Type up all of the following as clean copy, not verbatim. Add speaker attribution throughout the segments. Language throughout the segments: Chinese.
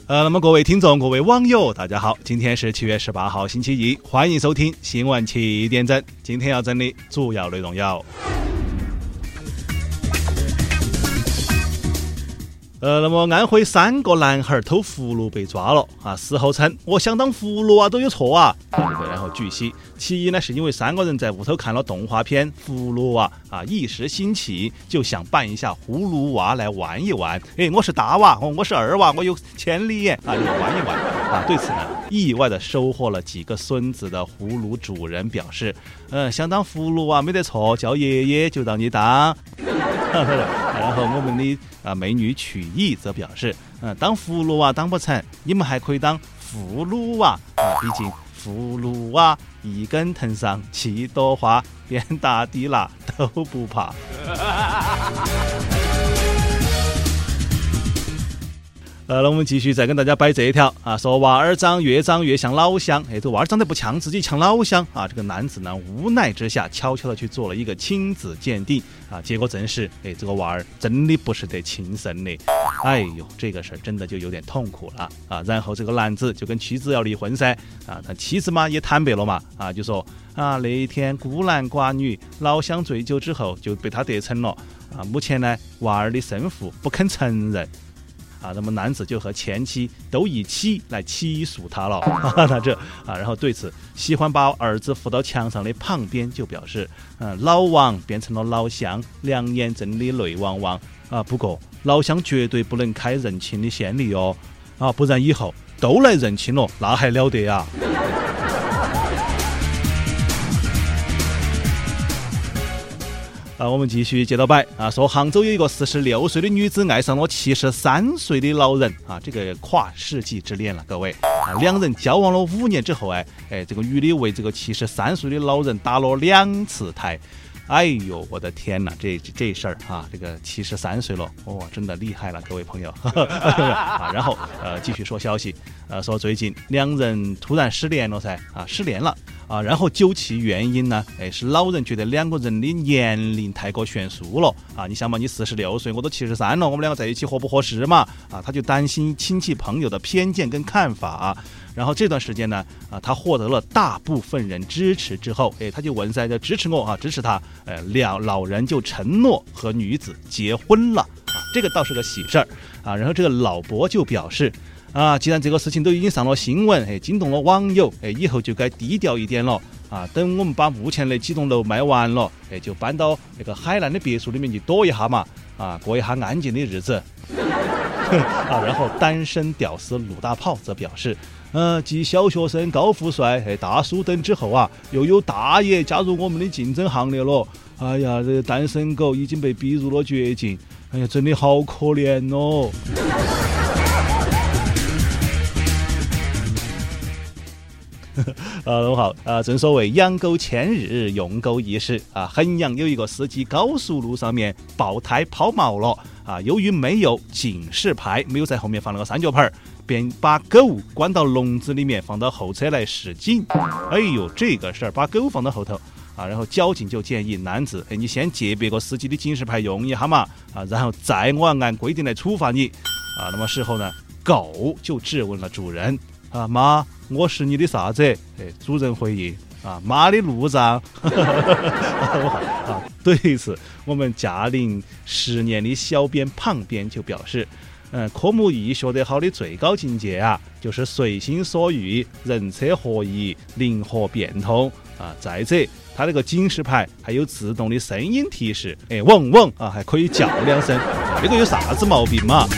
Speaker 1: 那么各位听众、各位网友，大家好，今天是7月18号星期一，欢迎收听新闻7点整。今天要整理主要内容有。那么安徽3个男孩偷葫芦被抓了啊，事后称我想当葫芦娃都有错啊。然后据悉，其一呢是因为3个人在屋头看了动画片《葫芦娃》啊，一时兴起就想扮一下葫芦娃来玩一玩。我是大娃，我是二娃，我有千里眼啊，就玩一玩啊。对此呢，意外的收获了几个孙子的葫芦主人表示，想当葫芦娃没得错，叫爷爷就让你当。然后我们的美女曲艺则表示，当葫芦娃当不成，你们还可以当葫芦娃啊，毕竟葫芦娃一根藤上7朵花，遍大地啦都不怕。那我们继续再跟大家摆这一条啊，说娃儿长越像老乡，这娃儿长得不像自己，像老乡啊。这个男子呢无奈之下，悄悄的去做了一个亲子鉴定啊，结果证实，这个娃儿真的不是得亲生的。哎呦，这个事儿真的就有点痛苦了啊。然后这个男子就跟妻子要离婚噻啊，他妻子嘛也坦白了嘛啊，就说啊那一天孤男寡女老乡醉酒之后就被他得逞了啊，目前呢娃儿的生父不肯承认。那么男子就和前妻都以妻来起诉他了。然后对此，喜欢把儿子扶到墙上的胖边就表示，老王变成了老乡，两眼真的泪汪汪啊！不过老乡绝对不能开认亲的先例哦，不然以后都来认亲了，那还了得呀！我们继续接着摆啊，说杭州有一个46岁的女子爱上了73岁的老人啊，这个跨世纪之恋了，各位啊，两人交往了5年之后，这个女的为这个73岁的老人打了2次胎。哎呦，我的天哪，这事儿啊，这个73岁了，真的厉害了，各位朋友。然后继续说消息，说最近两人突然失联了失联了啊，然后究其原因呢，是老人觉得两个人的年龄太过悬殊了啊，你想嘛，你46岁，我都73了，我们两个在一起合不合适嘛？啊，他就担心亲戚朋友的偏见跟看法。然后这段时间呢，他获得了大部分人支持之后，他就问噻，就支持我啊，支持他，老人就承诺和女子结婚了啊，这个倒是个喜事儿啊。然后这个老伯就表示啊，既然这个事情都已经上了新闻，惊动了网友，以后就该低调一点了啊。等我们把目前的几栋楼卖完了，就搬到那个海南的别墅里面去躲一下嘛，啊，过一下安静的日子。然后单身屌丝鲁大炮则表示，继小学生高富帅、大叔等之后啊，又有大爷加入我们的竞争行列了。哎呀，这单身狗已经被逼入了绝境，哎呀，真的好可怜哦。好正所谓养狗1000日，用狗1时啊。衡阳有一个司机高速路上面爆胎抛锚了啊，由于没有警示牌，没有在后面放了个3角牌，便把狗关到笼子里面，放到后车来使劲。哎呦，这个事儿把狗放到后头啊，然后交警就建议男子，你先借别个司机的警示牌用一下嘛啊，然后再我按规定来处罚你啊。那么事后呢，狗就质问了主人啊，妈，我是你的啥子？主人回应啊，妈的路障。对此，我们驾龄10年的小编胖编就表示，科目1学得好的最高境界啊，就是随心所欲、人车合一、灵活变通啊。再者，它那个警示牌还有自动的声音提示，嗡嗡啊，还可以叫2声，这个有啥子毛病嘛？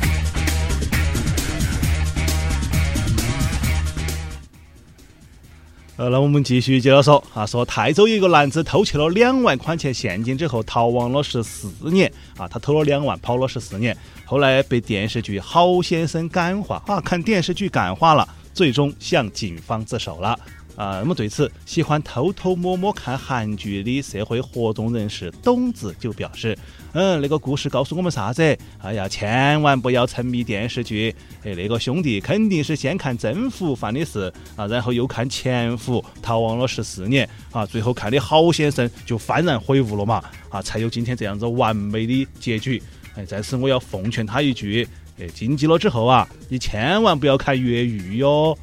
Speaker 1: 那我们继续接着说啊，说泰州有一个男子偷窃了2万块钱现金之后逃亡了14年啊，他偷了2万跑了14年，后来被电视剧《好先生》感化啊，看电视剧感化了，最终向警方自首了。那么对此，喜欢偷偷摸摸看韩剧的社会活动人士董子就表示，那个故事告诉我们啥子？哎呀，千万不要沉迷电视剧。那个兄弟肯定是先看征服犯的事啊，然后又看潜伏逃亡了14年啊，最后看的好先生就幡然悔悟了嘛啊，才有今天这样子完美的结局。在此我要奉劝他一句， 晋级了之后啊，你千万不要看越狱哟。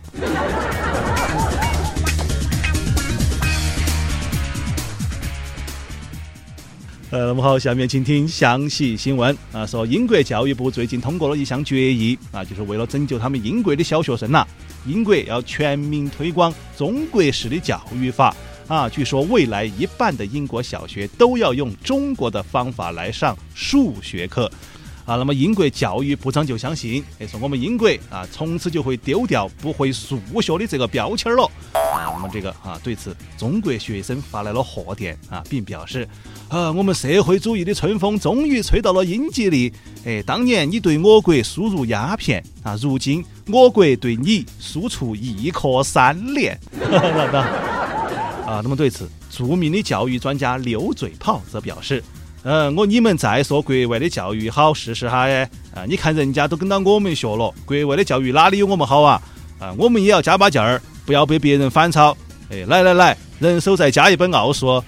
Speaker 1: 那么好，下面请听详细新闻啊。说英国教育部最近通过了一项决议啊，就是为了拯救他们英国的小学生英国要全民推广中国式的教育法啊。据说未来1半的英国小学都要用中国的方法来上数学课啊。那么英国教育部长就相信，说我们英国啊，从此就会丢掉不会数学的这个标签了啊。那么这个对此中国学生发来了贺电啊，并表示我们社会主义的春风终于吹到了英吉利。当年你对我国输入鸦片啊，如今我国对你输出1颗3连。那么对此，著名的教育专家刘嘴炮则表示，你们再说国外的教育好试试哈你看人家都跟到我们学了，国外的教育哪里有我们好啊？我们也要加把劲儿，不要被别人反超。来，人手再加一本奥数。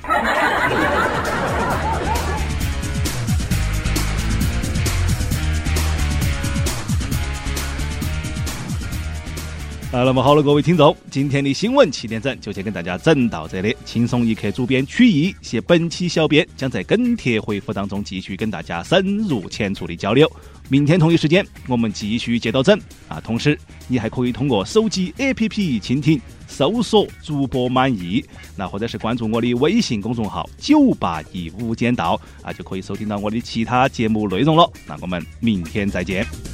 Speaker 1: 那么好了，各位听众，今天的新闻7点整就先跟大家整到这里。轻松一刻主编曲艺携本期小编将在跟帖回复当中继续跟大家深入浅出的交流。明天同一时间我们继续接到整同时你还可以通过手机 APP 蜻蜓搜索主播满意，或者是关注我的微信公众号981无间道就可以收听到我的其他节目内容了。那我们明天再见。